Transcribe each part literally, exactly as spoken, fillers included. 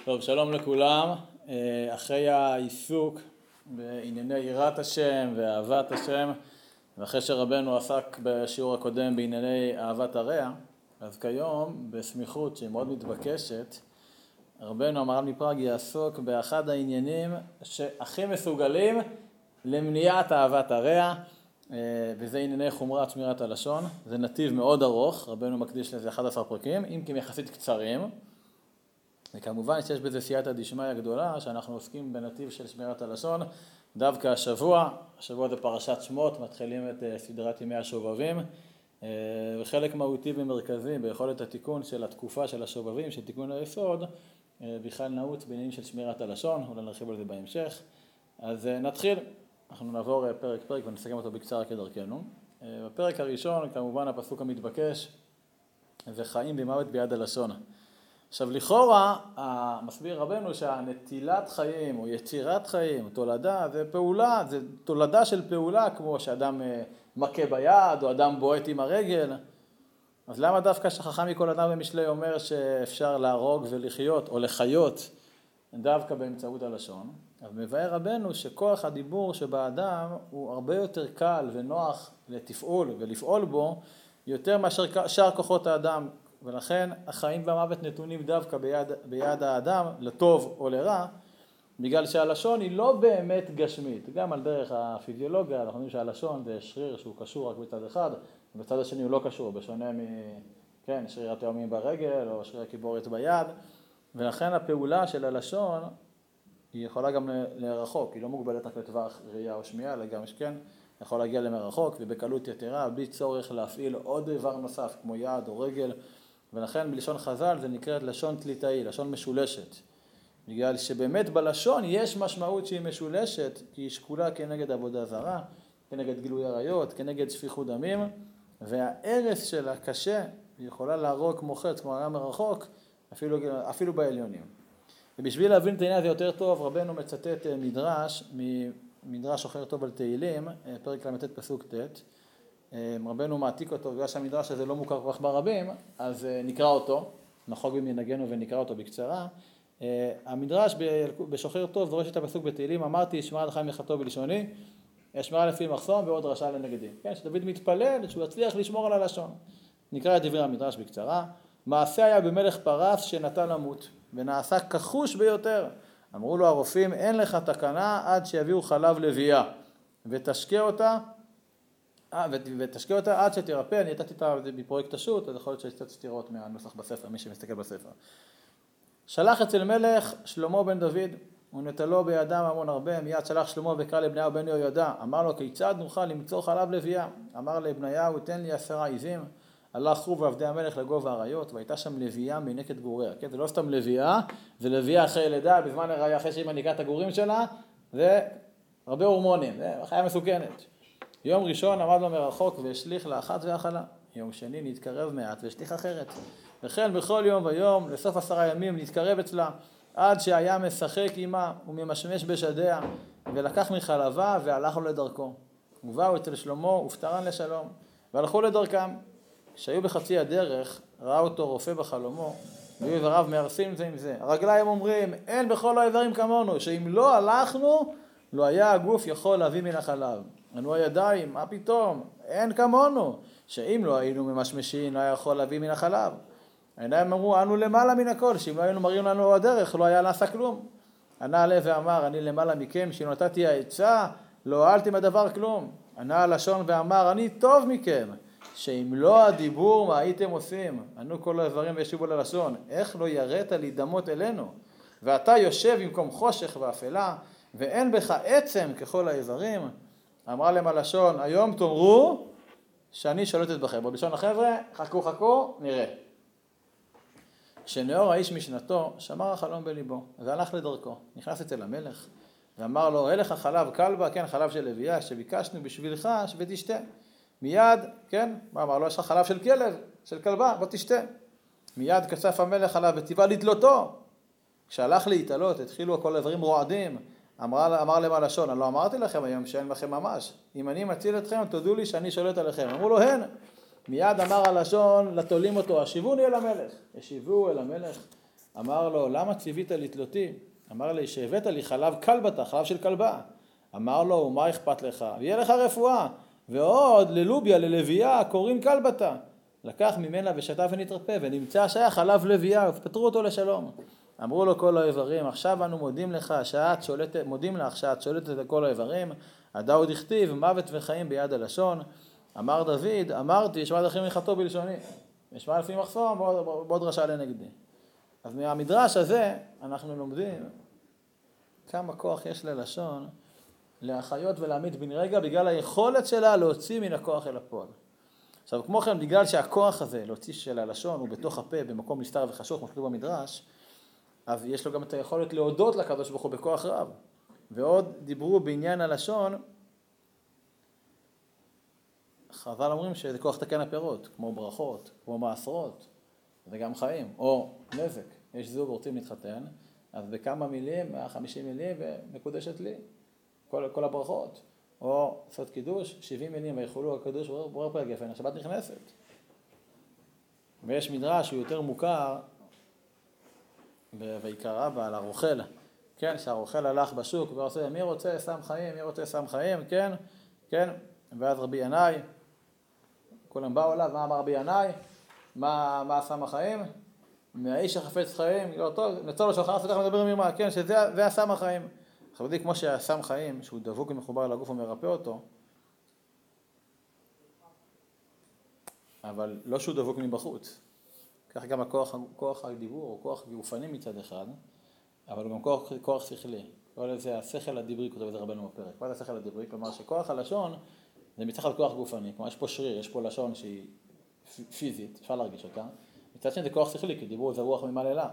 טוב, שלום לכולם. אחרי העיסוק בענייני יראת השם ואהבת השם, ואחרי שרבנו עסק בשיעור הקודם בענייני אהבת הרע, אז כיום, בסמיכות שהיא מאוד מתבקשת, רבנו המהר"ל מפראג יעסוק באחד העניינים שהכי מסוגלים למניעת אהבת הרע, וזה ענייני חומרת שמירת הלשון. זה נתיב מאוד ארוך, רבנו מקדיש לזה אחד עשר פרקים, אם כי יחסית קצרים. וכמובן שיש בזה סייעתא דשמיא גדולה, שאנחנו עוסקים בנתיב של שמירת הלשון. דווקא השבוע, השבוע זה פרשת שמות, מתחילים את סדרת ימי השובבים, וחלק מהותי ומרכזי ביכולת התיקון של התקופה של השובבים, של תיקון היסוד, בכלל נעוץ בעניינים של שמירת הלשון, אולי נרחיב על זה בהמשך. אז נתחיל, אנחנו נעבור פרק פרק ונסכם אותו בקצרה כדרכנו. בפרק הראשון, כמובן הפסוק המתבקש, זה חיים ומוות ביד הלשון. עכשיו לכאורה, מסביר רבנו שהנטילת חיים או יצירת חיים, תולדה, זה פעולה, זה תולדה של פעולה, כמו שאדם מכה ביד או אדם בועט עם הרגל. אז למה דווקא שחכם מכל אדם במשלי אומר שאפשר להרוג ולחיות או לחיות דווקא באמצעות הלשון? אז מבאר רבנו שכוח הדיבור שבאדם הוא הרבה יותר קל ונוח לתפעול ולפעול בו, יותר מאשר שאר כוחות האדם. ולכן החיים והמוות נתונים דווקא ביד, ביד האדם, לטוב או לרע, בגלל שהלשון היא לא באמת גשמית. גם על דרך הפיזיולוגיה, אנחנו יודעים שהלשון זה שריר שהוא קשור רק בצד אחד, ובצד השני הוא לא קשור, בשונה מ... כן, שריר התאומים ברגל או שריר הקיבורת ביד, ולכן הפעולה של הלשון היא יכולה גם לרחוק, היא לא מוגבלת רק לטווח ראייה או שמיעה, אלא גם שכן יכול להגיע למרחוק ובקלות יתרה, בלי צורך להפעיל עוד דבר נוסף כמו יד או רגל. ולכן בלשון חז"ל זה נקראת לשון תליטאי, לשון משולשת. בגלל שבאמת בלשון יש משמעות שהיא משולשת, כי היא שקולה כנגד עבודה זרה, כנגד גילוי עריות, כנגד שפיכות דמים, והערס שלה קשה, היא יכולה להרוג כמו חץ, כמו הרע מרחוק, אפילו, אפילו בעליונים. ובשביל להבין את העניין הזה יותר טוב, רבנו מצטט מדרש, מדרש אחר טוב על תהילים, פרק למתת פסוק ת', רבנו מעתיק אותו, בגלל שהמדרש הזה לא מוכר כל כך ברבים, אז נקרא אותו, נחוג במנהגנו ונקרא אותו בקצרה. המדרש בשוחר טוב דורש את הפסוק בתהילים, אמרתי, שמע לך מחתו בלשוני, אשמרה לפי מחסום ועוד רשע לנגדי. כן, שדוד מתפלל שהוא יצליח לשמור על הלשון. נקרא את דברי המדרש בקצרה. מעשה היה במלך פרס שנטה למות, ונעשה כחוש ביותר. אמרו לו הרופאים, אין לך תקנה עד שיביאו חלב לביאה, ותשקה אותה, ותשקה אותה עד שתרפא. אני נתתי אותה בפרויקט השו"ת, אז יכול להיות שיש קצת סתירות מהנוסח בספר, מי שמסתכל בספר. שלח אצל מלך שלמה בן דוד, ונטלו בידם המון הרבה, מיד שלח שלמה וקרא לבניהו בן יהוידע, אמר לו, כיצד נוכל למצוא חלב לביאה? אמר לבניהו, תן לי עשרה עיזים. הלכו ועבדי המלך לגוב האריות, והייתה שם לביאה מינקת גוריה. כן, זה לא סתם לביאה, זה לביאה אחרי לידה, בזמן הראיה, אחרי שהיא מניקה את הגורים שלה, זה הרבה הורמונים, זה חיה מסוכנת. יום ראשון עמד לו מרחוק והשליך לאחת ואכלה. יום שני נתקרב מעט והשליך אחרת. וכן בכל יום ויום, לסוף עשרה ימים נתקרב אצלה, עד שהיה משחק עמה וממשמש בשדיה, ולקח מחלבה והלך לו לדרכו. ובאו אצל שלמה ופטרן לשלום, והלכו לדרכם. כשהיו בחצי הדרך, ראה אותו רופא בחלומו, והיו איבריו מהרסים זה עם זה. הרגליים אומרים, אין בכל האיברים כמונו, שאם לא הלכנו, לא היה הגוף יכול להביא מן החלב. אנו הידיים, מה פתאום? אין כמונו, שאם לא היינו ממשמשים, לא היה יכול להביא מן החלב. העיניים אמרו, אנו למעלה מן הכל, שאם לא היינו מראים לנו הדרך, לא היה נעשה כלום. ענה הלב ואמר, אני למעלה מכם, שנתתי העצה, לא הועלתם הדבר כלום. ענה הלשון ואמר, אני טוב מכם, שאם לא הדיבור, מה הייתם עושים? ענו כל האיברים וישובו ללשון, איך לא יראת להידמות אלינו? ואתה יושב במקום חושך ואפלה, ואין בך עצם ככל האיברים. אמרה להם הלשון, היום תאמרו שאני שולטת בכם. בלשון החבר'ה, חכו חכו, נראה. כשנאור האיש משנתו, שמר החלום בליבו, והלך לדרכו. נכנס אצל המלך, ואמר לו, הלך החלב כלבה, כן, חלב של לביאה, שביקשנו בשבילך, ותשתה. מיד, כן, מה אמר לו, יש לך חלב של כלב, של כלבה, בוא תשתה. מיד כסף המלך עליו וציווה לתלותו. כשהלך להתעלות, התחילו כל הדברים רועדים. אמר, אמר להם הלשון, אני לא אמרתי לכם היום שאין לכם ממש. אם אני מציל אתכם, תודו לי שאני שולט עליכם. אמרו לו, הן. מיד אמר הלשון, לתולים אותו, השיבוני אל המלך. השיבו אל המלך, אמר לו, למה ציווית לתלותי? אמר לי, שהבאת לי חלב כלבתה, חלב של כלבה. אמר לו, מה אכפת לך? ויהיה לך רפואה. ועוד ללוביה, ללוויה, קוראים כלבתה. לקח ממנה ושתה ונתרפא, ונמצא שהיה חלב לוויה, ופטרו אותו לשלום. אמרו לו כל האיברים, עכשיו אנו מודים לך שאת שולטת, מודים לך שאת שולטת את כל האיברים. הדאוד הכתיב, מוות וחיים ביד הלשון. אמר דוד, אמרתי, ישמע דרכי מלכתו בלשוני. ישמע לפי מחסום, בעוד, בעוד רשע לנגדי. אז מהמדרש הזה אנחנו לומדים כמה כוח יש ללשון להחיות ולהעמיד בן רגע בגלל היכולת שלה להוציא מן הכוח אל הפועל. עכשיו, כמו כן, בגלל שהכוח הזה להוציא של הלשון הוא בתוך הפה במקום נסתר וחשוך, כמו שכתוב במדרש, אז יש לו גם את היכולת להודות לקדוש ברוך הוא בכוח רב. ועוד דיברו בעניין הלשון, חז"ל אומרים שזה כוח תקן הפירות, כמו ברכות, כמו מעשרות, זה גם חיים, או נזק. יש זוג רוצים להתחתן, אז בכמה מילים, מאה וחמישים מילים ומקודשת לי, כל, כל הברכות. או לעשות קידוש, שבעים מילים ויחולו הקדוש ברור פרק גפן, השבת נכנסת. ויש מדרש שהוא יותר מוכר, ויקרא בה על הרוכל, כן, שהרוכל הלך בשוק ועושה, מי רוצה סם חיים, מי רוצה סם חיים, כן, כן, ואז רבי ינאי, כולם באו אליו, מה אמר רבי ינאי, מה, מה סם החיים? מהאיש החפץ חיים, לא טוב, נצור לו שולחן סליחה מדבר מרמה, כן, שזה הסם החיים. עכשיו יודעים, כמו שהסם חיים, שהוא דבוק ומחובר לגוף ומרפא אותו, אבל לא שהוא דבוק מבחוץ. כך גם הכוח, כוח הדיבור, או כוח גופני מצד אחד, אבל גם כוח, כוח שכלי. כל זה השכל הדיברי, כותב את זה רבנו בפרק. מה זה השכל הדיברי? כלומר שכוח הלשון זה מצד אחד כוח גופני. כלומר יש פה שריר, יש פה לשון שהיא פיזית, אפשר להרגיש אותה. מצד שני זה כוח שכלי, כי דיבור זה רוח ממעללה.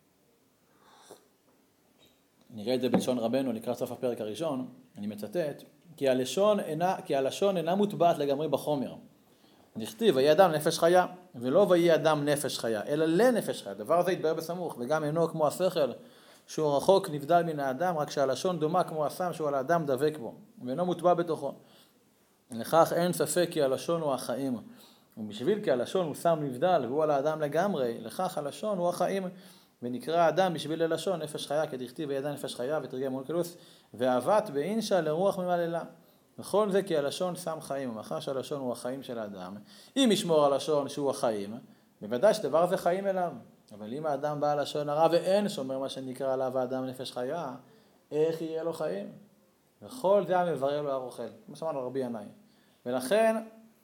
נראה את זה בלשון רבנו לקראת סוף הפרק הראשון, אני מצטט, כי הלשון אינה, כי הלשון אינה מוטבעת לגמרי בחומר. נכתיב, ויהי אדם נפש חיה, ולא ויהי אדם נפש חיה, אלא לנפש חיה. הדבר הזה יתבהר בסמוך, וגם אינו כמו השכל, שהוא רחוק נבדל מן האדם, רק שהלשון דומה כמו הסם, שהוא על האדם דבק בו, ואינו מוטבע בתוכו. לכך אין ספק כי הלשון הוא החיים, ובשביל כי הלשון הוא סם נבדל, והוא על האדם לגמרי, לכך הלשון הוא החיים, ונקרא האדם בשביל ללשון נפש חיה, כדכתיב ויהי אדם נפש חיה, ותרגם אונקלוס, ואהבת באינשה לרוח ממללה. וכל זה כי הלשון שם חיים, ומאחר שהלשון הוא החיים של האדם, אם ישמור הלשון שהוא החיים, בוודאי שדבר זה חיים אליו. אבל אם האדם בא לשון הרע ואין שומר מה שנקרא עליו האדם נפש חיה, איך יהיה לו חיים? וכל זה המברר לו הרוכל, כמו שאמרנו רבי ינאי. ולכן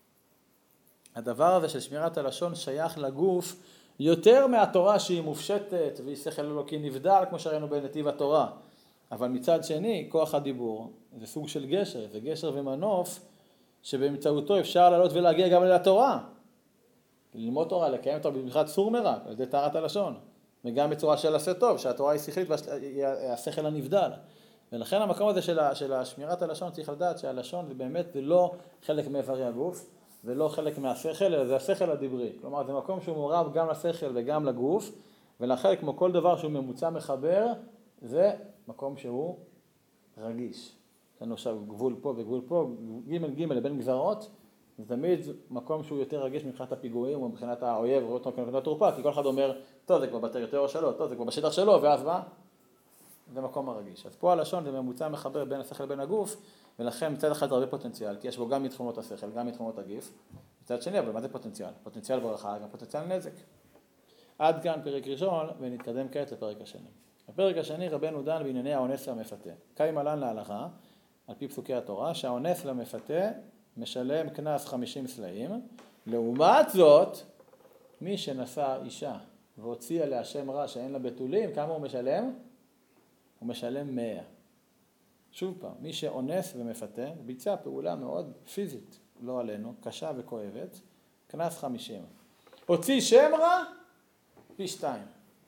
הדבר הזה של שמירת הלשון שייך לגוף יותר מהתורה שהיא מופשטת והיא שכל אלוקי נבדל, כמו שראינו בנתיב התורה. אבל מצד שני, כוח הדיבור זה סוג של גשר, זה גשר ומנוף שבאמצעותו אפשר לעלות ולהגיע גם לתורה. ללמוד תורה, לקיים אותה במיוחד סור מרע, על ידי טהרת הלשון. וגם בצורה של עשה טוב, שהתורה היא שכלית והשכל הנבדל. ולכן המקום הזה של, של השמירת הלשון צריך לדעת שהלשון זה באמת זה לא חלק מאיברי הגוף, ולא חלק מהשכל, אלא זה השכל הדיברי. כלומר, זה מקום שהוא מעורב גם לשכל וגם לגוף, ולכן כמו כל דבר שהוא ממוצע מחבר, זה מקום שהוא רגיש. יש לנו עכשיו גבול פה וגבול פה, ג' ג' לבין גזרות, זה תמיד מקום שהוא יותר רגיש מבחינת הפיגועים או מבחינת האויב, או מבחינת התורפה, כי כל אחד אומר, טוב, זה כבר בטריטוריה שלו, טוב, זה כבר בשטח שלו, ואז מה? זה מקום הרגיש. אז פה הלשון זה ממוצע מחבר בין השכל לבין הגוף, ולכן מצד אחד זה הרבה פוטנציאל, כי יש בו גם מתחומות השכל, גם מתחומות הגיף. מצד שני, אבל מה זה פוטנציאל? פוטנציאל ברכה, גם פוטנציאל נזק. עד כאן פרק ראשון, ונתקדם כעת לפרק השני. בפרק השני רבנו דן בענייני האונס והמפתה. קיים עלן להלכה, על פי פסוקי התורה, שהאונס למפתה משלם קנס חמישים סלעים. לעומת זאת, מי שנשא אישה והוציאה לה שם רע שאין לה בתולים, כמה הוא משלם? הוא משלם מאה. שוב פעם, מי שאונס ומפתה, ביצע פעולה מאוד פיזית, לא עלינו, קשה וכואבת, קנס חמישים. הוציא שם רע, פי שתיים.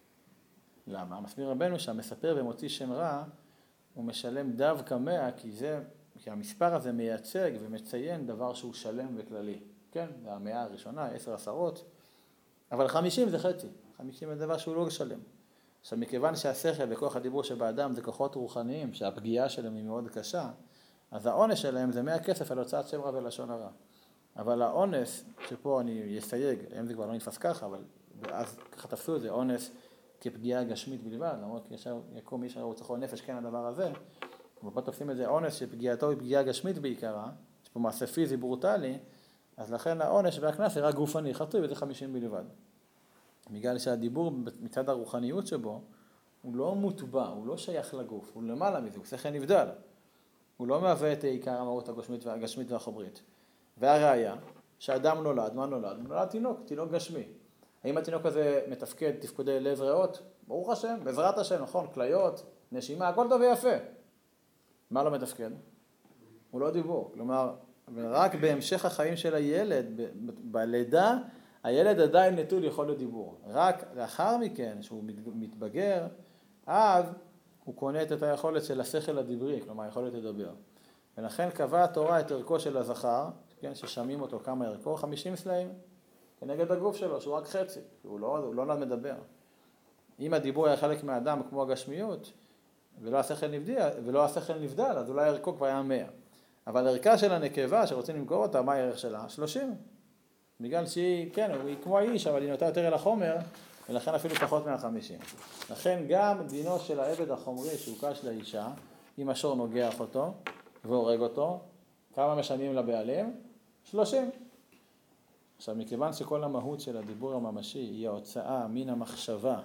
למה? מסביר רבנו שהמספר ומוציא שם רע, הוא משלם דווקא מאה, כי זה, כי המספר הזה מייצג ומציין דבר שהוא שלם וכללי. כן, זה המאה הראשונה, עשר עשרות, אבל חמישים זה חצי. חמישים זה דבר שהוא לא שלם. עכשיו, מכיוון שהשכל וכוח הדיבור שבאדם זה כוחות רוחניים, שהפגיעה שלהם היא מאוד קשה, אז העונש שלהם זה מאה כסף על הוצאת שם רע ולשון הרע. אבל העונש, שפה אני אסייג, אם זה כבר לא נתפס ככה, אבל אז ככה תפסו את זה, עונש כפגיעה גשמית בלבד, למרות יקום איש הרי צריך נפש, כן הדבר הזה, אבל פה תופסים את זה עונש שפגיעתו היא פגיעה גשמית בעיקרה, יש פה מעשה פיזי ברוטלי, אז לכן העונש והקנס זה רק גופני, חטוי וזה חמישים בלבד. בגלל שהדיבור מצד הרוחניות שבו, הוא לא מוטבע, הוא לא שייך לגוף, הוא למעלה מזה, הוא שכל נבדל. הוא לא מהווה את עיקר המהות הגשמית, הגשמית והחומרית. והראיה, שאדם נולד, מה נולד? נולד תינוק, תינוק גשמי. האם התינוק הזה מתפקד תפקודי לב ריאות? ברוך השם, בעזרת השם, נכון, כליות, נשימה, הכל טוב ויפה. מה לא מתפקד? הוא לא דיבור. כלומר, רק בהמשך החיים של הילד, ב- ב- בלידה, הילד עדיין נטול יכול לדיבור. רק לאחר מכן, שהוא מתבגר, אז הוא קונה את היכולת של השכל הדברי, כלומר, היכולת לדבר. ולכן קבעה התורה את ערכו של הזכר, כן, ששמים אותו כמה ערכו, חמישים סלעים, כנגד הגוף שלו, שהוא רק חצי, הוא לא, הוא לא מדבר. אם הדיבור היה חלק מהאדם כמו הגשמיות, ולא השכל נבדל, ולא השכל נבדל, אז אולי ערכו כבר היה מאה. אבל ערכה של הנקבה, שרוצים למכור אותה, מה הערך שלה? שלושים. בגלל שהיא, כן, היא כמו האיש, אבל היא נוטה יותר אל החומר, ולכן אפילו פחות מה-חמישים. לכן גם דינו של העבד החומרי שהוקש לאישה, אם השור נוגח אותו והורג אותו, כמה משנים לבעלים? שלושים. עכשיו, מכיוון שכל המהות של הדיבור הממשי היא ההוצאה מן המחשבה,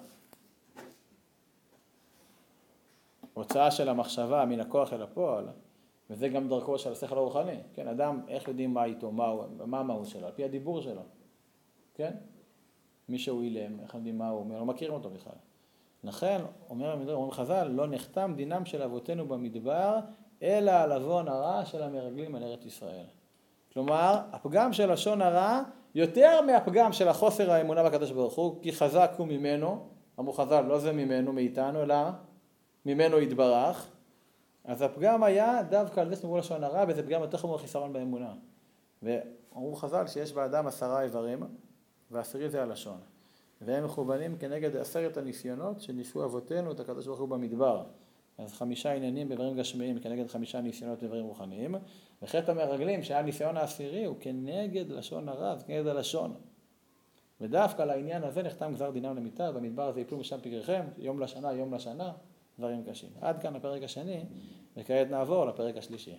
הוצאה של המחשבה מן הכוח אל הפועל, וזה גם דרכו של השכל הרוחני. כן, אדם, איך יודעים מה איתו, מה, מה המהות שלו? על פי הדיבור שלו. כן? מי שהוא אילם, איך יודעים מה הוא אומר, לא מכירים אותו בכלל. לכן, אומר המדרש, אומרים חז"ל, לא נחתם דינם של אבותינו במדבר, אלא על עוון הרע של המרגלים על ארץ ישראל. כלומר, הפגם של לשון הרע, יותר מהפגם של החוסר האמונה בקדוש ברוך הוא, כי חזק הוא ממנו, אמרו חז"ל, לא זה ממנו, מאיתנו, אלא ממנו יתברך. אז הפגם היה דווקא על זה שנאמרו לשון הרע, וזה פגם יותר חמור חיסרון באמונה. ואמרו חז"ל שיש באדם עשרה איברים, והעשירי זה הלשון. והם מכוונים כנגד עשרת הניסיונות שניסו אבותינו את הקדוש ברוך הוא במדבר. אז חמישה עניינים באיברים גשמיים כנגד חמישה ניסיונות באיברים רוחניים. וחטא המרגלים שהיה ניסיון העשירי הוא כנגד לשון הרע, זה כנגד הלשון. ודווקא לעניין הזה נחתם גזר דינם למיתה, במדבר הזה יפלו משם פגריכם, יום לשנה, יום לשנה, דברים קשים. עד כאן הפרק השני, וכעת נעבור לפרק השלישי.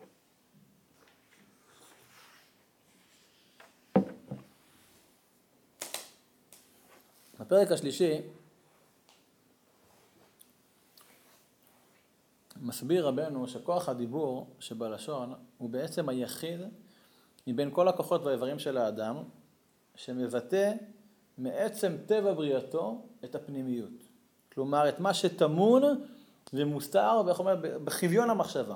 הפרק השלישי מסביר רבנו שכוח הדיבור שבלשון הוא בעצם היחיד מבין כל הכוחות והאיברים של האדם שמבטא מעצם טבע בריאתו את הפנימיות. כלומר, את מה שטמון ומוסתר בחוויון המחשבה.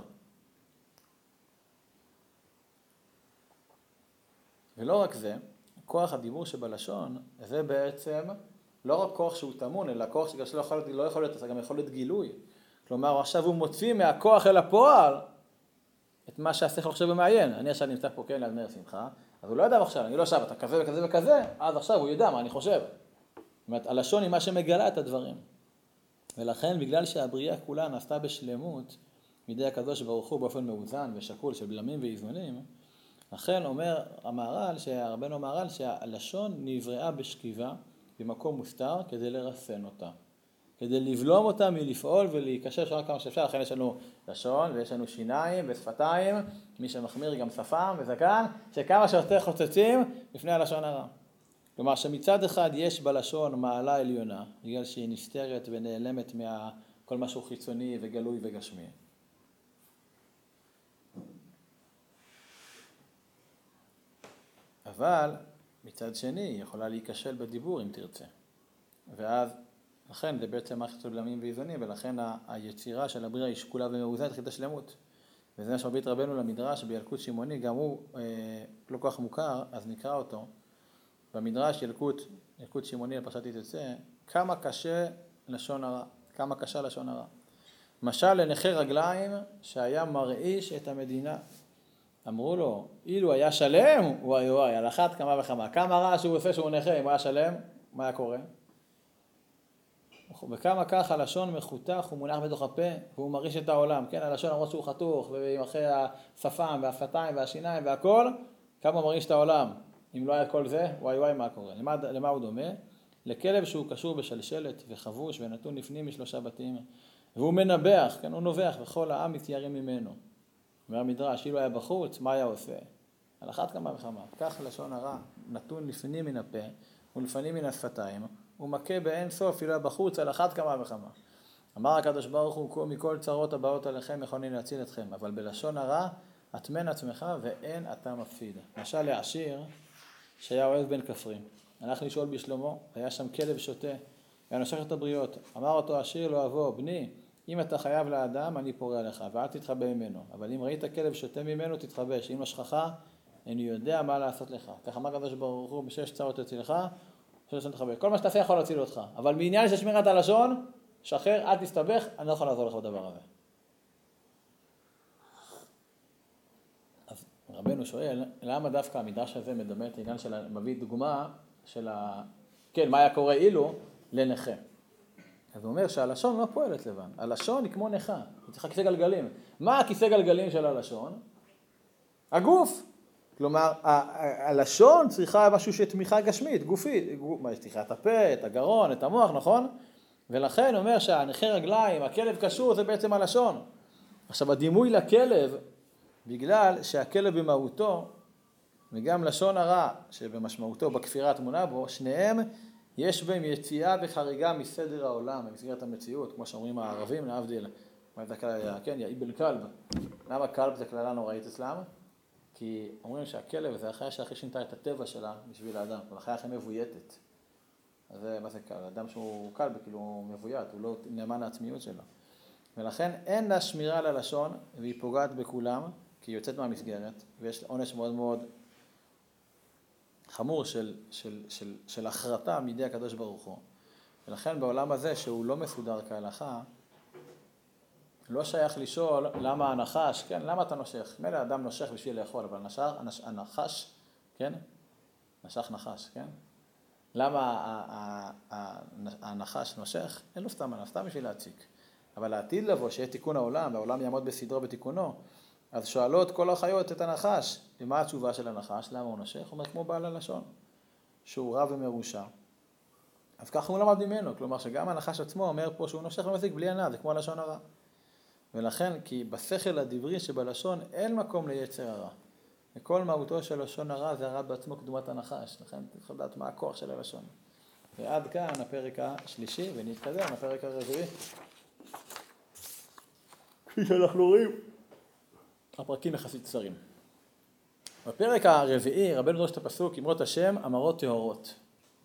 ולא רק זה, כוח הדיבור שבלשון זה בעצם לא רק כוח שהוא טמון, אלא כוח שלא יכול להיות, לא יכול להיות, זה גם יכול להיות גילוי. כלומר, עכשיו הוא מוציא מהכוח אל הפועל את מה שהשכל עכשיו ומעיין. אני עכשיו נמצא פה כן ליד מאיר שמחה, אז הוא לא יודע עכשיו, אני לא עכשיו, אתה כזה וכזה וכזה, אז עכשיו הוא ידע מה אני חושב. זאת אומרת, הלשון היא מה שמגלה את הדברים. ולכן, בגלל שהבריאה כולה נעשתה בשלמות, מידי הקדוש ברוך הוא באופן מאוזן ושקול של בלמים ואיזונים, לכן אומר המהר"ל, הרבנו המהר"ל, שהלשון נבראה בשכיבה במקום מוסתר כדי לרסן אותה. כדי לבלום אותה מלפעול ולהיקשר שרק כמה שאפשר. לכן יש לנו לשון ויש לנו שיניים ושפתיים, מי שמחמיר גם שפם וזקן, שכמה שיותר חוצצים לפני הלשון הרע. כלומר שמצד אחד יש בלשון מעלה עליונה, בגלל שהיא נסתרת ונעלמת מכל משהו חיצוני וגלוי וגשמי. אבל מצד שני היא יכולה להיכשל בדיבור אם תרצה. ואז, לכן זה בעצם מערכת של בלמים ואיזונים, ולכן היצירה של הבריאה היא שקולה ומאוזנת חיית השלמות. וזה מה שמביא את רבנו למדרש בילקוט שמעוני, גם הוא אה, לא כל כך מוכר, אז נקרא אותו. במדרש ילקוט, ילקוט שמעוני לפרשת תצא, כמה קשה לשון הרע, כמה קשה לשון הרע. משל לנכה רגליים שהיה מרעיש את המדינה. אמרו לו, אילו היה שלם, וואי וואי, על אחת כמה וכמה. כמה רע שהוא עושה שהוא נכה, אם הוא היה שלם, מה היה קורה? וכמה כך הלשון מחותך, הוא מונח בתוך הפה, והוא מרעיש את העולם. כן, הלשון למרות שהוא חתוך, ואחרי השפם והשפתיים והשיניים והכל, כמה הוא מרעיש את העולם. אם לא היה כל זה, וואי וואי, מה קורה? למה, למה הוא דומה? לכלב שהוא קשור בשלשלת וחבוש ונתון לפנים משלושה בתים, והוא מנבח, כן, הוא נובח, וכל העם מתיירים ממנו. מהמדרש, אילו היה בחוץ, מה היה עושה? על אחת כמה וכמה. כך לשון הרע, נתון לפנים מן הפה, ולפנים מן השפתיים, הוא מכה באין סוף, אילו היה בחוץ, על אחת כמה וכמה. אמר הקדוש ברוך הוא, מכל צרות הבאות עליכם יכולים להציל אתכם, אבל בלשון הרע, אטמן עצמך ואין אתה מפסיד. משל לעשיר, שהיה אוהב בן כפרי. הלך לשאול בשלמה, היה שם כלב שוטה, היה נושך את הבריות. אמר אותו עשיר לא אבוא, בני, אם אתה חייב לאדם, אני פורע לך, ואל תתחבא ממנו. אבל אם ראית כלב שוטה ממנו, תתחבש. אם לא שכחה, אני יודע מה לעשות לך. כך אמר הקדוש ברוך הוא, בשש צרות תצילך, בשש לשון תתחבא. כל מה שתעשה יכול להציל אותך. אבל בעניין של שמירת הלשון, שחרר, אל תסתבך, אני לא יכול לעזור לך בדבר הזה. אז רבנו שואל, למה דווקא המדרש הזה מדמה את העניין של, מביא דוגמה של ה... כן, מה היה קורה אילו לנכה. אז הוא אומר שהלשון לא פועלת לבן. הלשון היא כמו נכה. היא צריכה כיסא גלגלים. מה הכיסא גלגלים של הלשון? הגוף. כלומר, ה- הלשון צריכה משהו שתמיכה גשמית, גופית. מה, צריכה את הפה, את הגרון, את המוח, נכון? ולכן הוא אומר שהנכה רגליים, הכלב קשור, זה בעצם הלשון. עכשיו, הדימוי לכלב, בגלל שהכלב במהותו, וגם לשון הרע שבמשמעותו בכפירה התמונה בו, שניהם יש בהם יציאה וחריגה מסדר העולם, במסגרת המציאות, כמו שאומרים הערבים, להבדיל, כן, יאיבל כלב. למה כלב זה כללה נוראית אצלם? כי אומרים שהכלב זה החיה שהכי שינתה את הטבע שלה בשביל האדם, אבל החיה הכי מבויתת. אז זה, מה זה כלב? אדם שהוא כלב, כאילו הוא מבוית, הוא לא נאמן לעצמיות שלו. ולכן אין לה שמירה על הלשון, והיא פוגעת בכולם, כי היא יוצאת מהמסגרת, ויש עונש מאוד מאוד חמור של, של, של, של החרטה מידי הקדוש ברוך הוא. ולכן בעולם הזה שהוא לא מסודר כהלכה, לא שייך לשאול למה הנחש, כן, למה אתה נושך? מילא האדם נושך בשביל לאכול, אבל הנשך, הנחש, כן? נשך נחש, כן? למה הנחש נושך? אין לו סתם, סתם בשביל להציק. אבל לעתיד לבוא שיהיה תיקון העולם, והעולם יעמוד בסדרו בתיקונו, אז שואלות כל החיות את הנחש, ומה התשובה של הנחש? למה הוא נושך? הוא אומר כמו בעל הלשון, שהוא רע ומרושע. אז ככה הוא למד ממנו, כלומר שגם הנחש עצמו אומר פה שהוא נושך ומזיק בלי ענה, זה כמו הלשון הרע. ולכן, כי בשכל הדברי שבלשון אין מקום ליצר הרע. וכל מהותו של לשון הרע זה הרע בעצמו כדומת הנחש, לכן צריך לדעת מה הכוח של הלשון. ועד כאן הפרק השלישי, ונתקדם לפרק הרביעי. כפי שאנחנו רואים, הפרקים יחסית קצרים. בפרק הרביעי, רבנו דורש את הפסוק, אמרות השם, אמרות טהורות.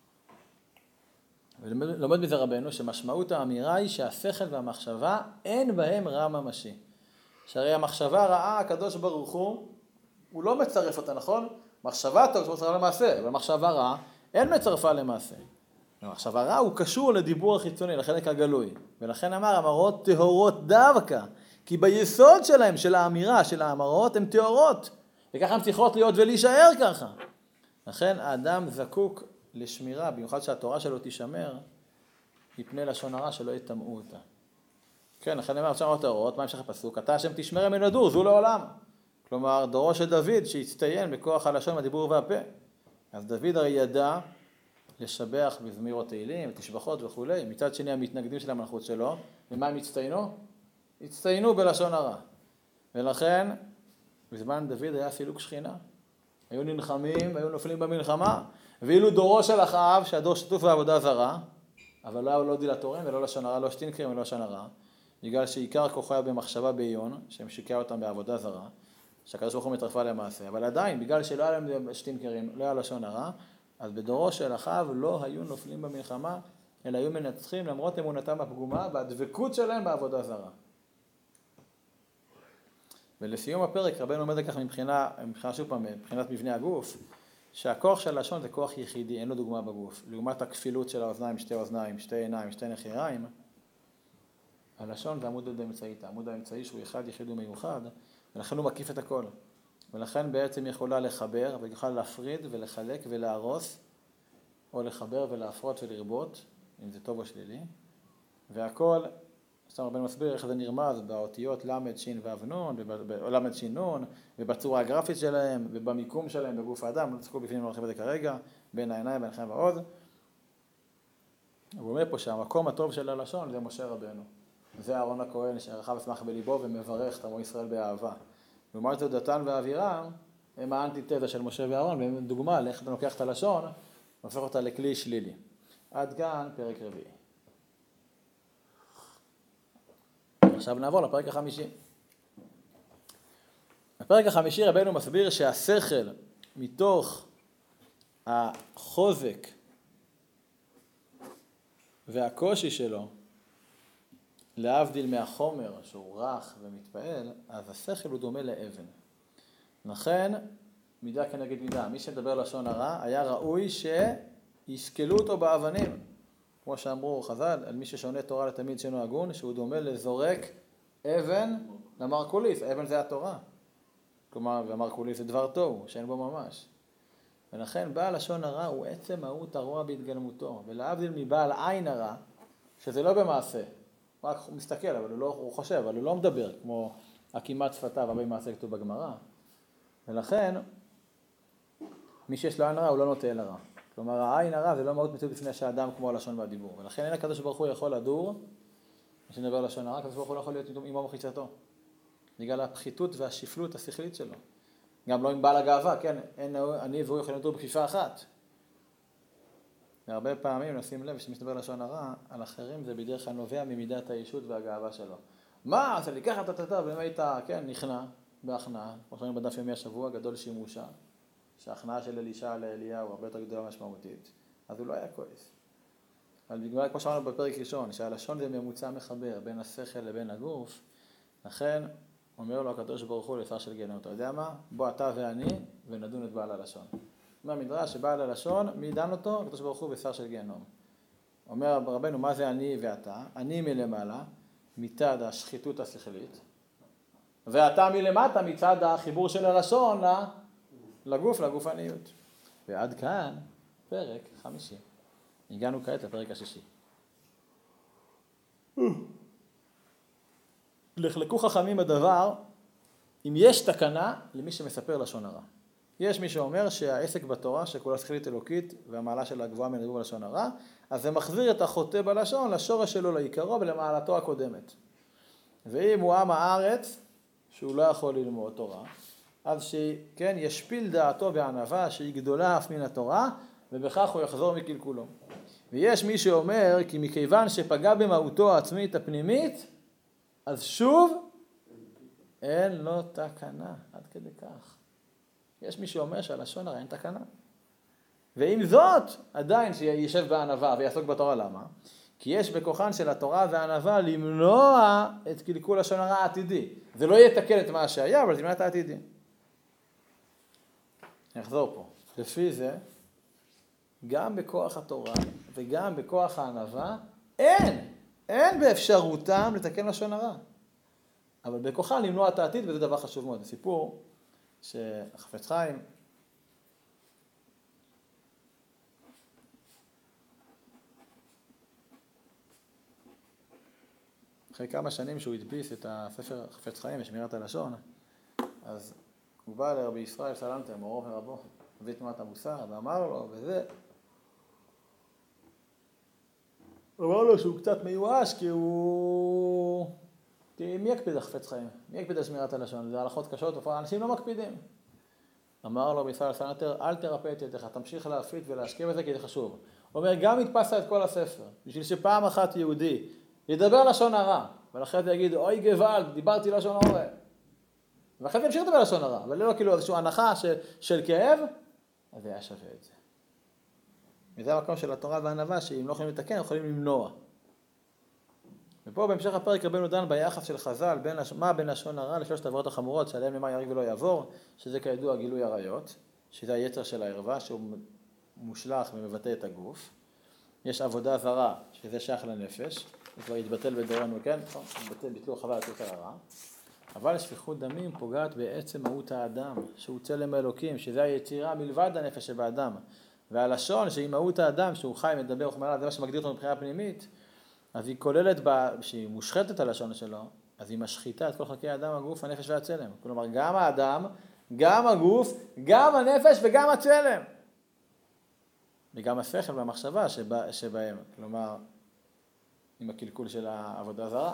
ולומד בזה רבנו שמשמעות האמירה היא שהשכל והמחשבה אין בהם רע ממשי. שהרי המחשבה רעה, הקדוש ברוך הוא, הוא לא מצרף אותה, נכון? מחשבה טוב, הוא מצרף למעשה, אבל מחשבה רעה, אין מצרפה למעשה. המחשבה רעה הוא קשור לדיבור החיצוני, לחלק הגלוי. ולכן אמר, אמרות טהורות דווקא, כי ביסוד שלהם, של האמירה, של האמרות, הן טהורות. וככה הן צריכות להיות ולהישאר ככה. לכן האדם זקוק לשמירה, במיוחד שהתורה שלו תישמר, מפני לשון הרע שלא יטמאו אותה. כן, לכן אמר, עכשיו התורה, מה המשך הפסוק? אתה השם תשמר ממנו דור, זו לעולם. כלומר, דורו של דוד שהצטיין בכוח הלשון, הדיבור והפה. אז דוד הרי ידע לשבח בזמירות תהילים, תשבחות וכו'. מצד שני המתנגדים של המלכות שלו, ומה הם הצטיינו? הצטיינו בלשון הרע. ולכן, בזמן דוד היה סילוק שכינה. היו נלחמים והיו נופלים במלחמה. ואילו דורו של אחאב, שהדור שטוף בעבודה זרה, אבל לא היה לא דילטורים ולא לשון הרע, לא שטינקרים ולא לשון הרע, בגלל שעיקר כוחו היה במחשבה בעיון, שהם שיקע אותם בעבודה זרה, שהקדוש ברוך הוא מטרפה למעשה. אבל עדיין, בגלל שלא היה להם שטינקרים, לא היה לשון הרע, אז בדורו של אחאב לא היו נופלים במלחמה, אלא היו מנצחים למרות אמונתם הפגומה והדבקות שלהם בעבודה זרה. ולסיום הפרק, רבנו עומד לכך מבחינה, מבחינה שוב פעם, מבחינת מבנה הגוף, שהכוח של לשון זה כוח יחידי, אין לו דוגמה בגוף. לעומת הכפילות של האוזניים, שתי אוזניים, שתי עיניים, שתי נחיריים, הלשון זה עמוד האמצעי, העמוד האמצעי שהוא אחד יחיד ומיוחד, ולכן הוא מקיף את הכל. ולכן בעצם יכולה לחבר, ויכולה להפריד ולחלק ולהרוס, או לחבר ולהפרות ולרבות, אם זה טוב או שלילי. והכל, סתם רבנו מסביר איך זה נרמז באותיות למד, שין ואבנון, או למד שינון, ובצורה הגרפית שלהם, ובמיקום שלהם בגוף האדם, לא תזכו בפנים להרחיב את זה כרגע, בין העיניים, בין החיים והעוז. הוא אומר פה שהמקום הטוב של הלשון זה משה רבנו. זה אהרון הכהן שרחב ישמח בליבו ומברך את עמו ישראל באהבה. לעומת זאת דתן ואבירם הם האנטיתזה של משה ואהרון, והם דוגמה לאיך אתה לוקח את הלשון והופך אותה לכלי שלילי. עד כאן פרק רביעי. עכשיו נעבור לפרק החמישי. בפרק החמישי רבנו מסביר שהשכל מתוך החוזק והקושי שלו, להבדיל מהחומר שהוא רך ומתפעל, אז השכל הוא דומה לאבן. לכן, מידה כנגד מידה. מי שדבר לשון הרע, היה ראוי שיסקלו אותו באבנים. כמו שאמרו חז"ל, על מי ששונה תורה לתמיד שאינו הגון, שהוא דומה לזורק אבן למרקוליס. אבן זה התורה. כלומר, והמרקוליס זה דבר טוב, שאין בו ממש. ולכן בעל לשון הרע הוא עצם מהות הרוע בהתגלמותו. ולהבדיל מבעל עין הרע, שזה לא במעשה. הוא רק מסתכל, אבל הוא, לא, הוא חושב, אבל הוא לא מדבר, כמו הקימת שפתיו, הרבה מעשה כתוב בגמרא. ולכן, מי שיש לו עין הרע, הוא לא נוטה אל הרע. כלומר, העין הרע זה לא מהות מציאות בפני שהאדם כמו הלשון והדיבור. ולכן אין הקדוש ברוך הוא יכול לדור, מי שנדבר לשון הרע, הקדוש ברוך הוא לא יכול להיות עמו מחיצתו. בגלל הפחיתות והשפלות השכלית שלו. גם לא עם בעל הגאווה, כן, אין, אני והוא יכולים לדור בכפיפה אחת. והרבה פעמים נשים לב שמסתבר לשון הרע, על אחרים זה בדרך כלל נובע ממידת הישות והגאווה שלו. מה? זה לקחת את התתה, ואם היית, כן, נכנע, בהכנעה. כמו שאומרים בדף יומי השבוע, גדול שימושה, שההכנעה של אלישע לאליהו הרבה יותר גדולה משמעותית, אז הוא לא היה כועס. אבל בגלל, כמו שאמרנו בפרק ראשון, שהלשון זה ממוצע מחבר בין השכל לבין הגוף, לכן אומר לו הקדוש ברוך הוא לשר של גיהנום. אתה יודע מה? בוא אתה ואני ונדון את בעל הלשון. אומר המדרש שבעל הלשון, מי דן אותו? הקדוש ברוך הוא בשר של גיהנום. אומר רבנו, מה זה אני ואתה? אני מלמעלה, מצד השחיתות השכלית, ואתה מלמטה מצד החיבור של הלשון לגוף, לגופניות. ועד כאן פרק חמישי. הגענו כעת לפרק השישי. לחלקו חכמים בדבר, אם יש תקנה למי שמספר לשון הרע. יש מי שאומר שהעסק בתורה שכולה שכלית אלוקית והמעלה שלה גבוהה מן הדיבור בלשון הרע, אז זה מחזיר את החוטא בלשון לשורש שלו לעיקרו ולמעלתו הקודמת. ואם הוא עם הארץ, שהוא לא יכול ללמוד תורה, אז שכן ישפיל דעתו בענווה שהיא גדולה אף מן התורה, ובכך הוא יחזור מקלקולו. ויש מי שאומר כי מכיוון שפגע במהותו העצמית הפנימית, אז שוב אין לו תקנה, עד כדי כך. יש מי שאומר שהלשון הרע אין תקנה. ועם זאת, עדיין שישב בענווה ויעסוק בתורה. למה? כי יש בכוחן של התורה והענווה למנוע את קלקול לשון הרע העתידי. זה לא יתקן את מה שהיה, אבל זה ימנע את העתידי. נחזור פה. לפי זה, גם בכוח התורה וגם בכוח הענווה, אין, אין באפשרותם לתקן לשון הרע. אבל בכוחן למנוע את העתיד, וזה דבר חשוב מאוד. זה סיפור שחפץ חיים, אחרי כמה שנים שהוא הדפיס את הספר חפץ חיים ושמירת הלשון, אז הוא בא לרבי ישראל סלנטר, מורו ורבו, הביא תנועת המוסר, ואמר לו, וזה, הוא אמר לו שהוא קצת מיואש, כי הוא, כי מי יקפיד על חפץ חיים? מי יקפיד על שמירת הלשון? זה הלכות קשות, אנשים לא מקפידים. אמר לו רבי ישראל סלנטר, אל תרפא את ידך, תמשיך להפיץ ולהשקיע בזה, כי זה חשוב. הוא אומר, גם הדפסת את כל הספר, בשביל שפעם אחת יהודי ידבר לשון הרע, ולאחרי זה יגיד, אוי גוואלד, דיברתי לשון הרע. ואחרי זה ימשיך לדבר לשון הרע, אבל לא כאילו איזושהי הנחה של, של כאב, אז זה היה שווה את זה. וזה המקום של התורה והענווה, שאם לא יכולים לתקן, יכולים למנוע. ופה בהמשך הפרק רבנו דן ביחס של חז"ל, בין, מה בין לשון הרע לשלושת העבירות החמורות, שעליהם נאמר יהרג ולא יעבור, שזה כידוע גילוי עריות, שזה היצר של הערווה, שהוא מושלך ומבטא את הגוף. יש עבודה זרה, שזה שייך לנפש, זה כבר יתבטל בדורנו, כן? יתבטל, ביטלו חבל את יותר הרע. אבל שפיכות דמים פוגעת בעצם מהות האדם, שהוא צלם האלוקים, שזה היצירה מלבד הנפש שבאדם. והלשון, שהיא מהות האדם, שהוא חי, מדבר וחמלה, זה מה שמגדיר אותו מבחינה פנימית, אז היא כוללת, בה, שהיא מושחתת הלשון שלו, אז היא משחיתה את כל חלקי האדם, הגוף, הנפש והצלם. כלומר, גם האדם, גם הגוף, גם הנפש וגם הצלם. וגם השכל והמחשבה שבה, שבהם, כלומר, עם הקלקול של העבודה הזרה.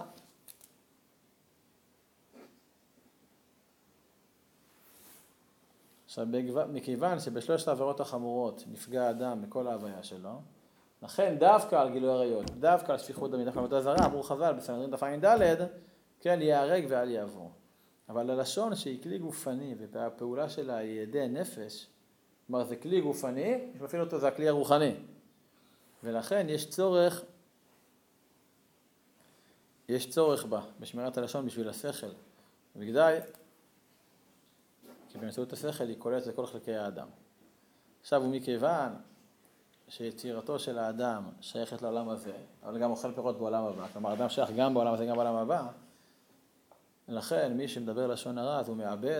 עכשיו, מכיוון שבשלושת העבירות החמורות נפגע האדם בכל ההוויה שלו, לכן דווקא על גילוי עריות, דווקא על שפיכות דמים, דווקא על עבודה זרה, אמרו חז"ל בסנהדרין דף ע"ד, כן, ייהרג ואל יעבור. אבל הלשון שהיא כלי גופני, והפעולה שלה היא ידי נפש, כלומר זה כלי גופני, שמפעיל אותו זה הכלי הרוחני. ולכן יש צורך, יש צורך בה, בשמירת הלשון בשביל השכל. ובגדי, כי באמצעות השכל היא קולטת לכל חלקי האדם. עכשיו, ומכיוון שיצירתו של האדם שייכת לעולם הזה, אבל גם אוכל פירות בעולם הבא, כלומר, האדם שייך גם בעולם הזה, גם בעולם הבא, לכן מי שמדבר לשון הרע, אז הוא מאבד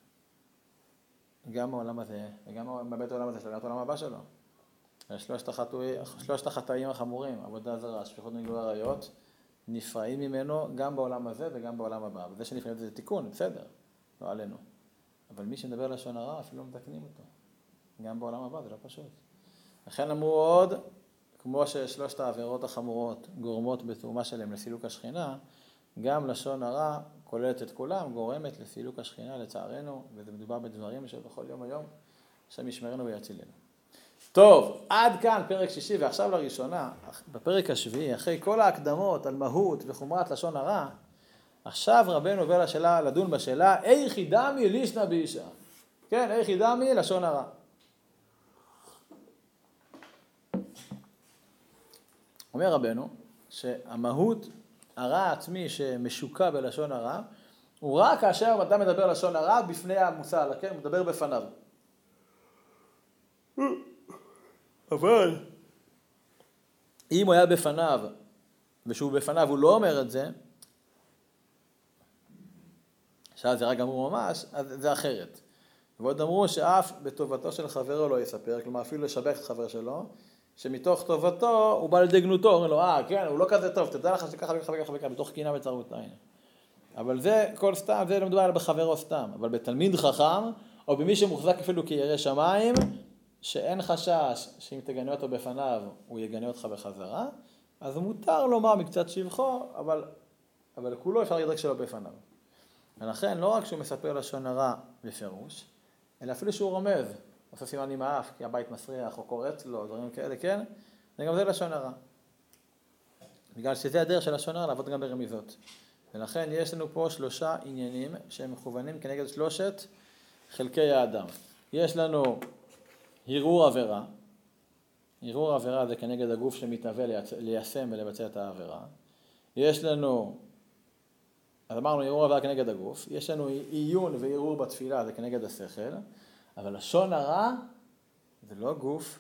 גם בעולם הזה, וגם מאבד את העולם הזה שלו, גם את העולם הבא שלו. שלושת, החטואי, שלושת החטאים החמורים, עבודה זרה, שפיכות וגילוי עריות, נפרעים ממנו גם בעולם הזה וגם בעולם הבא. וזה שנפרעים זה תיקון, בסדר, לא עלינו. אבל מי שמדבר לשון הרע, אפילו לא מתקנים אותו. גם בעולם הבא, זה לא פשוט. לכן אמרו עוד, כמו ששלושת העבירות החמורות גורמות בתאומה שלהם לסילוק השכינה, גם לשון הרע כוללת את כולם, גורמת לסילוק השכינה לצערנו, וזה מדובר בדברים שבכל יום היום, השם ישמרנו ויצילנו. טוב, עד כאן פרק שישי, ועכשיו לראשונה, בפרק השביעי, אחרי כל ההקדמות על מהות וחומרת לשון הרע, עכשיו רבנו עובר לשאלה, לדון בשאלה, איך דמי לישנא באישה? כן, איך דמי לשון הרע. אומר רבנו, שהמהות הרע העצמי שמשוקע בלשון הרע, הוא רק כאשר אדם מדבר לשון הרע בפני המושא, כן? הוא מדבר בפניו. אבל אם הוא היה בפניו, ושהוא בפניו הוא לא אומר את זה, שאז זה רק אמרו ממש, אז זה אחרת. ועוד אמרו שאף בטובתו של חברו לא יספר, כלומר אפילו לשבח את חבר שלו, שמתוך טובתו הוא בא לידי גנותו, אומר לו, אה, כן, הוא לא כזה טוב, תדע לך שככה וככה וככה וככה, בתוך קינה וצרות עין. אבל זה כל סתם, זה לא מדובר עליו בחברו סתם, אבל בתלמיד חכם, או במי שמוחזק אפילו כירא שמיים, שאין חשש שאם תגנה אותו בפניו, הוא יגנה אותך בחזרה, אז מותר לומר מקצת שבחו, אבל, אבל כולו אפשר להגיד רק שלו בפניו. ולכן, לא רק שהוא מספר לשון הרע בפירוש, אלא אפילו שהוא רומז, עושה סימן עם האף, כי הבית מסריח או קורץ לו, דברים כאלה, כן? וגם זה לשון הרע. בגלל שזה הדרך של לשון הרע, לעבוד גם ברמיזות. ולכן יש לנו פה שלושה עניינים שהם מכוונים כנגד שלושת חלקי האדם. יש לנו הרהור עבירה. הרהור עבירה זה כנגד הגוף שמתהווה ליישם ולבצע את העבירה. יש לנו, אז אמרנו הרהור עבירה כנגד הגוף. יש לנו עיון והרהור בתפילה, זה כנגד השכל. אבל לשון הרע זה לא גוף,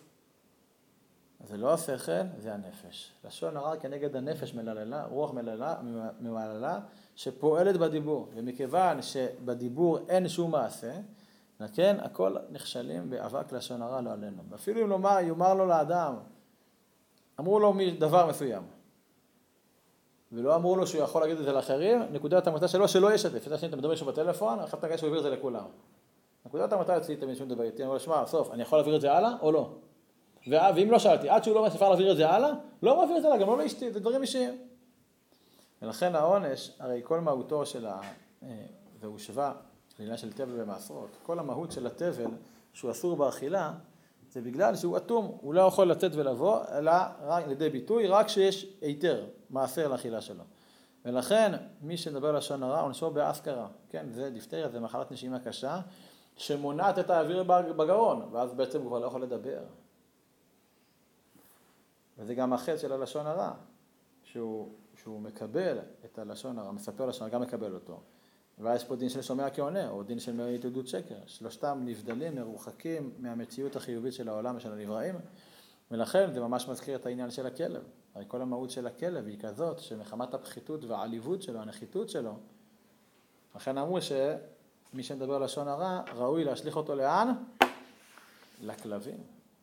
זה לא השכל, זה הנפש. לשון הרע כנגד הנפש מלללה, רוח מלללה, מלללה, שפועלת בדיבור. ומכיוון שבדיבור אין שום מעשה, לכן הכל נכשלים באבק לשון הרע לא עלינו. ואפילו אם לומר, יאמר לו לאדם, אמרו לו דבר מסוים, ולא אמרו לו שהוא יכול להגיד את זה לאחרים, נקודת המוצא שלו שלא ישתף. אתה מדבר איתו בטלפון, עכשיו תגיד שהוא העביר את זה לכולם. נקודת המוצא אצלי תמיד שהוא מדבר איתי, אני אומר, שמע, סוף, אני יכול להעביר את זה הלאה או לא? ואם לא שאלתי, עד שהוא לא מספר להעביר את זה הלאה, לא מעביר את זה הלאה, גם לא לאשתי, זה דברים אישיים. ולכן העונש, הרי כל מהותו של ה... והוא שווה לעניין של תבל במעשרות, כל המהות של התבל שהוא אסור באכילה, זה בגלל שהוא אטום, הוא לא יכול לצאת ולבוא, אלא רק לידי ביטוי, רק שיש היתר, מעשר לאכילה שלו. ולכן מי שמדבר לשון הרע, עונשו באזכרה, כן, זה דיפתריה, זה מחלת נשימה קשה, שמונעת את האוויר בגרון, ואז בעצם הוא כבר לא יכול לדבר. וזה גם החטא של הלשון הרע, שהוא, שהוא מקבל את הלשון הרע, מספר לשון הרע, גם מקבל אותו. ויש פה דין של שומע כעונה, או דין של מעיד עדות שקר. שלושתם נבדלים, מרוחקים מהמציאות החיובית של העולם ושל הנבראים, ולכן זה ממש מזכיר את העניין של הכלב. הרי כל המהות של הכלב היא כזאת, שמחמת הפחיתות והעליבות שלו, הנחיתות שלו, לכן אמרו שמי שמדבר לשון הרע, ראוי להשליך אותו לאן? לכלבים.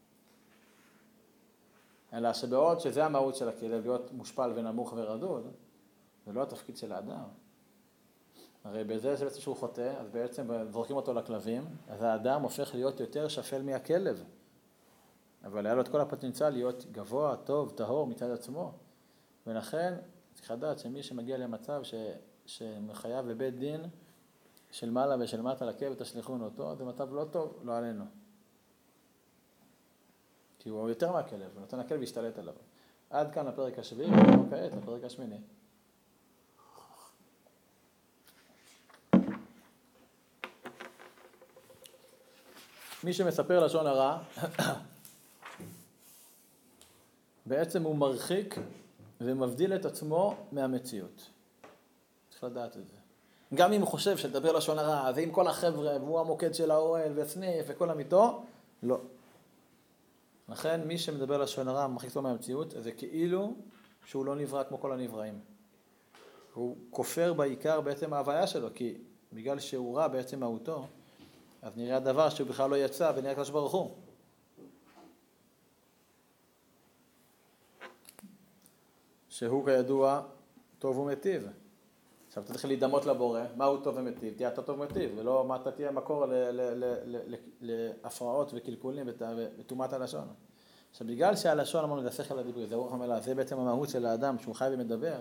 אלא שבעוד שזה המהות של הכלב, להיות מושפל ונמוך ורדוד, זה לא התפקיד של האדם. הרי בזה שבעצם שהוא חוטא, אז בעצם זורקים אותו לכלבים, אז האדם הופך להיות יותר שפל מהכלב. אבל היה לו את כל הפוטנציאל להיות גבוה, טוב, טהור מצד עצמו. ולכן צריך לדעת שמי שמגיע למצב ש... שמחייב לבית דין של מעלה ושל מטה לקב ותשליכון אותו, זה מצב לא טוב, לא עלינו. כי הוא יותר מהכלב, הוא נותן הכלב להשתלט עליו. עד כאן לפרק השביעי, ולא כעת לפרק השמיני. מי שמספר לשון הרע, בעצם הוא מרחיק ומבדיל את עצמו מהמציאות. צריך לדעת את זה. גם אם הוא חושב שלדבר לשון הרע, זה עם כל החבר'ה, והוא המוקד של האוהל וסניף וכל המיתו, לא. לכן מי שמדבר לשון הרע, מרחיק אותו מהמציאות, זה כאילו שהוא לא נברא כמו כל הנבראים. הוא כופר בעיקר בעצם ההוויה שלו, כי בגלל שהוא רע בעצם מהותו, אז נראה הדבר שהוא בכלל לא יצא ונראה הקדוש ברוך הוא. שהוא כידוע טוב ומטיב. עכשיו אתה צריך להידמות לבורא, מהו טוב ומטיב? תהיה אתה טוב ומטיב, ולא מה אתה תהיה מקור להפרעות וקלקולים וטומאת הלשון. עכשיו בגלל שהלשון אמרנו זה השכל הדיבורי, זה רוח המלאה, זה בעצם המהות של האדם שהוא חי ומדבר,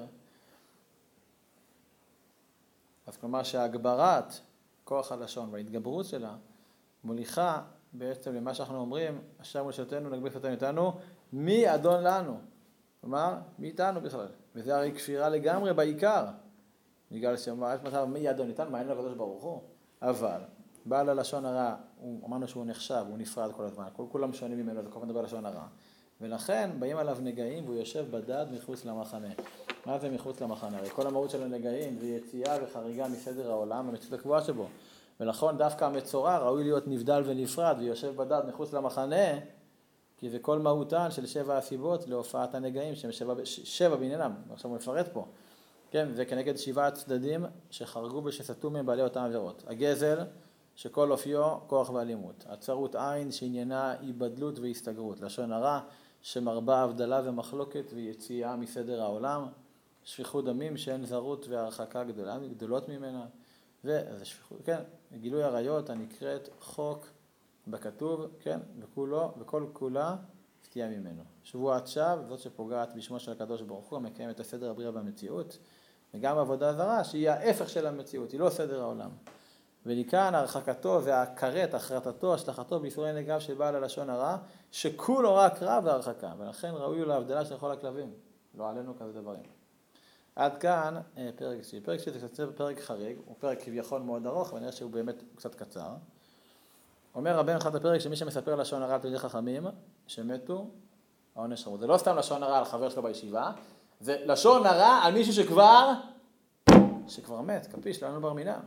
אז כלומר שהגברת כוח הלשון וההתגברות שלה מוליכה בעצם למה שאנחנו אומרים, אשר מולשתנו נגביל שפתנו איתנו, מי אדון לנו? כלומר, מי איתנו בכלל? וזה הרי כפירה לגמרי בעיקר. בגלל שמעט מצב, מי אדון איתנו? מה אין לקדוש ברוך הוא? אבל, בעל הלשון הרע, הוא, אמרנו שהוא נחשב, הוא נפרד כל הזמן, כל כולם שונים ממנו, זה כל מדבר לשון הרע. ולכן, באים עליו נגעים, והוא יושב בדד מחוץ למחנה. מה זה מחוץ למחנה? הרי כל המהות של הנגעים זה יציאה וחריגה מסדר העולם, המציאות הקבועה שבו. ולכן דווקא המצורע ראוי להיות נבדל ונפרד, ויושב בדד מחוץ למחנה, כי זה כל מהותן של שבע הסיבות להופעת הנגעים, שהם שבע, שבע בעניינם, עכשיו הוא מפרט פה. כן, זה כנגד שבעה צדדים שחרגו ושסתו מהם בעלי אותם עבירות. הגזל, שכל אופיו כוח ואלימות. הצרות עין, שעניינה היבדלות והסתגרות. לשון הרע, שמרבה הבדלה ומחלוקת ויציאה מסדר העולם. שפיכות דמים, שאין זרות והרחקה גדולה, גדולות ממנה. וזה שפיכות, כן, גילוי עריות הנקראת חוק בכתוב, כן, וכולו, וכל כולה סטייה ממנו. שבועת שווא, זאת שפוגעת בשמו של הקדוש ברוך הוא, המקיים את הסדר הבריאה במציאות, וגם עבודה זרה, שהיא ההפך של המציאות, היא לא סדר העולם. ולכאן הרחקתו והכרת, החרטתו, השלכתו בישראל נגב של בעל הלשון הרע, שכולו רק רע והרחקה, ולכן ראוי להבדלה של כל הכלבים. לא עלינו כזה דברים. עד כאן פרק שני. פרק שני זה קצת פרק חריג, הוא פרק כביכול מאוד ארוך, ואני רואה שהוא באמת קצת קצר. אומר רבנו אחד הפרק שמי שמספר לשון הרע על תלמידי חכמים שמתו, העונש חמור. זה לא סתם לשון הרע על חבר שלו בישיבה, זה לשון הרע על מישהו שכבר, שכבר מת, כפיש, לנו בר מינם.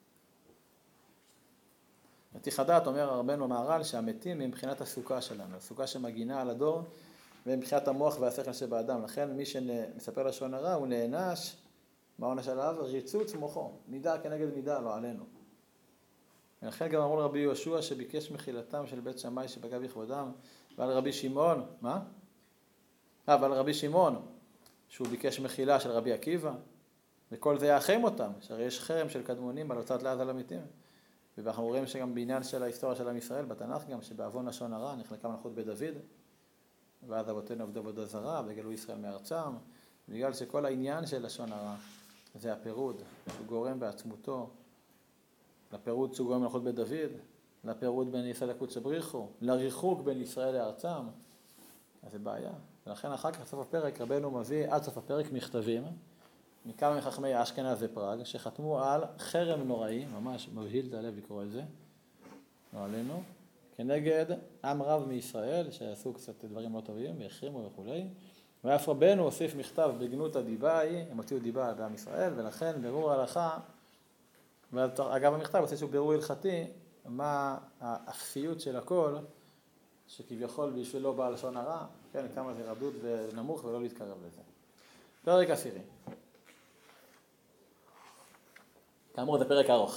מתיך הדעת אומר רבנו מהר"ל שהמתים הם מבחינת הסוכה שלנו, הסוכה שמגינה על הדור, ומבחינת המוח והשכל שבאדם. לכן מי שמספר לשון הרע הוא נענש, מה העונש עליו? ריצוץ מוחו, מידה כנגד מידה, לא עלינו. ולכן גם אמרו לרבי יהושע שביקש מחילתם של בית שמאי שפגע בכבודם, ועל רבי שמעון, מה? אה, ועל רבי שמעון, שהוא ביקש מחילה של רבי עקיבא, וכל זה יאחם אותם, שהרי יש חרם של קדמונים על הוצאת לעז על המתים. ואנחנו רואים שגם בעניין של ההיסטוריה של עם ישראל, בתנ"ך גם, שבעוון לשון הרע נחלקה מלכות בית דוד, ואז אבותינו עבדו עבודה זרה, וגלו ישראל מארצם, בגלל שכל העניין של לשון הרע, זה הפירוד, שהוא גורם בעצמותו, לפירוד שהוא גורם מלכות בית דוד, לפירוד בין ישראל לקודש בריחו, לריחוק בין ישראל לארצם, אז זה בעיה. ולכן אחר כך, סוף הפרק, רבנו מביא עד סוף הפרק מכתבים, מכמה מחכמי אשכנז ופראג, שחתמו על חרם נוראי, ממש מבהיל את הלב לקרוא את זה, לא עלינו, כנגד עם רב מישראל, שעשו קצת דברים לא טובים, והחרימו וכו'. ואף רבנו הוסיף מכתב בגנות הדיבאי, הם הוציאו דיבה בעם ישראל, ולכן בירור ההלכה, ואגב המכתב עושה שהוא בירור הלכתי, מה האפסיות של הכל, שכביכול בשבילו בא לשון הרע, כן, כמה זה רדוד ונמוך ולא להתקרב לזה. פרק עשירי. כאמור, זה פרק ארוך.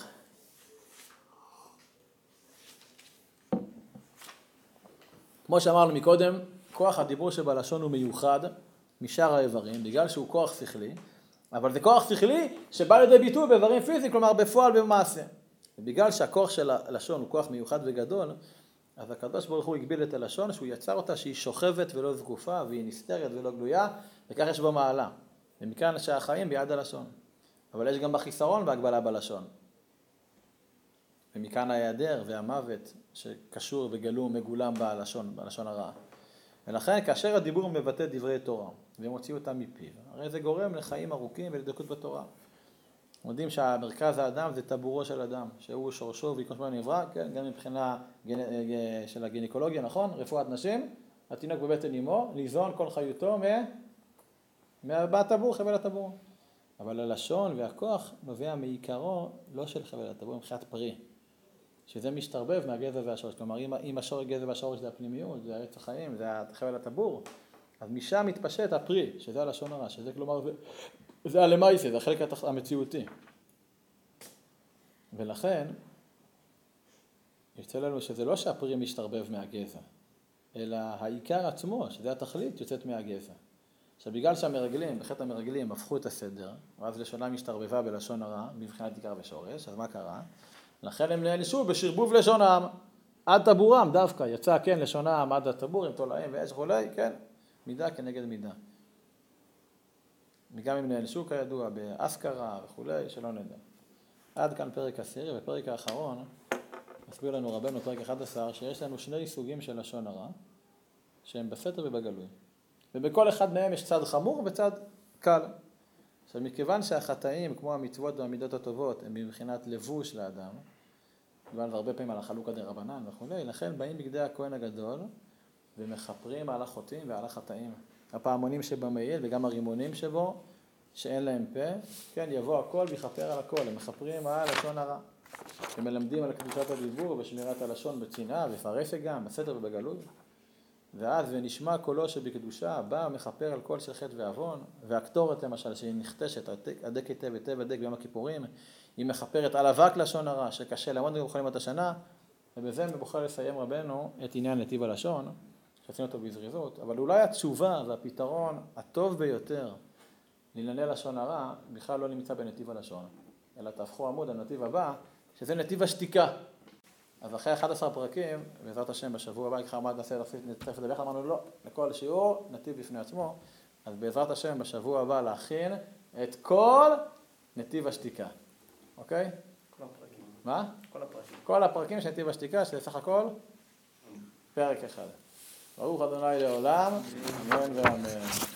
כמו שאמרנו מקודם, כוח הדיבור שבלשון הוא מיוחד משאר האיברים, בגלל שהוא כוח שכלי, אבל זה כוח שכלי שבא לידי ביטוי באיברים פיזיים, כלומר בפועל ובמעשה. ובגלל שהכוח של הלשון הוא כוח מיוחד וגדול, אז הקדוש ברוך הוא הגביל את הלשון, שהוא יצר אותה שהיא שוכבת ולא זקופה, והיא נסתרת ולא גלויה, וכך יש בו מעלה. ומכאן שהחיים ביד הלשון. אבל יש גם בחיסרון והגבלה בלשון. ומכאן ההיעדר והמוות שקשור וגלום מגולם בלשון, בלשון הרעה. ולכן כאשר הדיבור מבטא דברי תורה, והם הוציאו אותם מפיו, הרי זה גורם לחיים ארוכים ולדקות בתורה. יודעים שהמרכז האדם זה טבורו של אדם, שהוא שורשו ויקום שמו נברא, כן? גם מבחינה גנ... של הגינקולוגיה, נכון? רפואת נשים, התינוק בבטן אמו, ליזון כל חיותו מהטבור, חבל הטבור. אבל הלשון והכוח נובע מעיקרו לא של חבל הטבור, מבחינת פרי, שזה משתרבב מהגזע והשורש. כלומר, אם, אם השורש גזע והשורש זה הפנימיות, זה ארץ החיים, זה חבל הטבור, אז משם מתפשט הפרי, שזה הלשון הרע, שזה כלומר, זה, זה הלמייסה, זה החלק המציאותי. ולכן, יוצא לנו שזה לא שהפרי משתרבב מהגזע, אלא העיקר עצמו, שזה התכלית, יוצאת מהגזע. עכשיו, בגלל שהמרגלים, בחטא המרגלים, הפכו את הסדר, ואז לשונה משתרבבה בלשון הרע, מבחינת עיקר ושורש, אז מה קרה? לכן הם נענשו בשרבוב לשונם, עד טבורם דווקא, יצא כן לשונם עד הטבור עם תולעים ואש וכולי, כן, מידה כנגד מידה. וגם אם נענשו כידוע באסכרה וכולי, שלא נדע. עד כאן פרק עשירי, ופרק האחרון, מסביר לנו רבנו פרק אחד עשר, שיש לנו שני סוגים של לשון הרע, שהם בסתר ובגלוי. ובכל אחד מהם יש צד חמור וצד קל. עכשיו, מכיוון שהחטאים, כמו המצוות והמידות הטובות, הם מבחינת לבוש לאדם, דיברנו הרבה פעמים על החלוקה דרבנן וכו', לכן באים בגדי הכהן הגדול ומחפרים על החוטאים ועל החטאים. הפעמונים שבמעיל וגם הרימונים שבו, שאין להם פה, כן, יבוא הכל ויכפר על הכל, הם מחפרים על לשון הרע. הם מלמדים על קדושת הדיבור ושמירת הלשון בצנעה ופרסה גם, בסתר ובגלוי. ואז ונשמע קולו שבקדושה, בא ומחפר על כל של חטא ועוון, והקטורת למשל, שהיא נחתשת, הדק היטב היטב הדק ביום הכיפורים, היא מחפרת על אבק לשון הרע, שקשה לעמוד בכל ימות השנה, ובזה מבוחר לסיים רבנו את עניין נתיב הלשון, שעשינו אותו בזריזות, אבל אולי התשובה והפתרון הטוב ביותר לענייני לשון הרע, בכלל לא נמצא בנתיב הלשון, אלא תהפכו עמוד הנתיב הבא, שזה נתיב השתיקה. אז אחרי אחד עשר פרקים, בעזרת השם בשבוע הבא, ככה עמד נעשה נצטרף לדבר, אמרנו לא, לכל שיעור נתיב בפני עצמו, אז בעזרת השם בשבוע הבא להכין את כל נתיב השתיקה, אוקיי? כל הפרקים. מה? כל הפרקים. כל הפרקים של נתיב השתיקה, שזה סך הכל פרק אחד. ברוך ה' לעולם, אמן ואמן.